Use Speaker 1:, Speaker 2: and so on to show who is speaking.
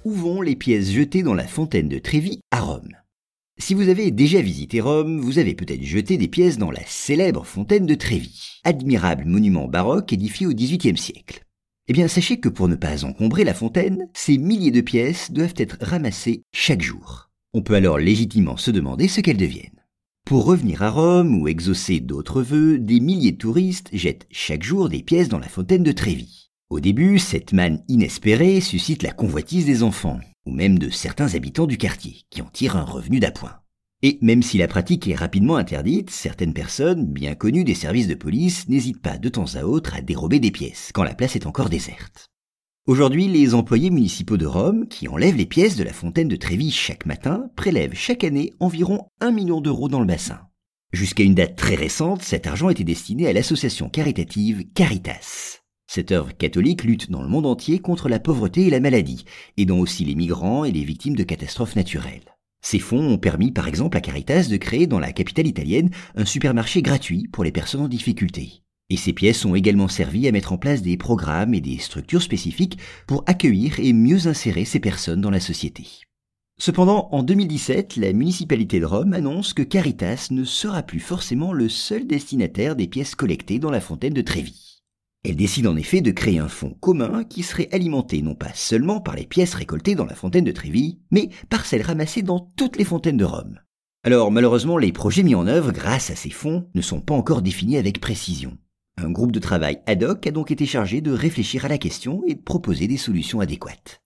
Speaker 1: où vont les pièces jetées dans la fontaine de Trévi à Rome. Si vous avez déjà visité Rome, vous avez peut-être jeté des pièces dans la célèbre fontaine de Trévi, admirable monument baroque édifié au XVIIIe siècle. Eh bien, sachez que pour ne pas encombrer la fontaine, ces milliers de pièces doivent être ramassées chaque jour. On peut alors légitimement se demander ce qu'elles deviennent. Pour revenir à Rome ou exaucer d'autres vœux, des milliers de touristes jettent chaque jour des pièces dans la fontaine de Trévi. Au début, cette manne inespérée suscite la convoitise des enfants, ou même de certains habitants du quartier, qui en tirent un revenu d'appoint. Et même si la pratique est rapidement interdite, certaines personnes, bien connues des services de police, n'hésitent pas de temps à autre à dérober des pièces, quand la place est encore déserte. Aujourd'hui, les employés municipaux de Rome, qui enlèvent les pièces de la fontaine de Trévi chaque matin, prélèvent chaque année environ 1 million d'euros dans le bassin. Jusqu'à une date très récente, cet argent était destiné à l'association caritative Caritas. Cette œuvre catholique lutte dans le monde entier contre la pauvreté et la maladie, aidant aussi les migrants et les victimes de catastrophes naturelles. Ces fonds ont permis par exemple à Caritas de créer dans la capitale italienne un supermarché gratuit pour les personnes en difficulté. Et ces pièces ont également servi à mettre en place des programmes et des structures spécifiques pour accueillir et mieux insérer ces personnes dans la société. Cependant, en 2017, la municipalité de Rome annonce que Caritas ne sera plus forcément le seul destinataire des pièces collectées dans la fontaine de Trévi. Elle décide en effet de créer un fonds commun qui serait alimenté non pas seulement par les pièces récoltées dans la fontaine de Trévi, mais par celles ramassées dans toutes les fontaines de Rome. Alors malheureusement, les projets mis en œuvre grâce à ces fonds ne sont pas encore définis avec précision. Un groupe de travail ad hoc a donc été chargé de réfléchir à la question et de proposer des solutions adéquates.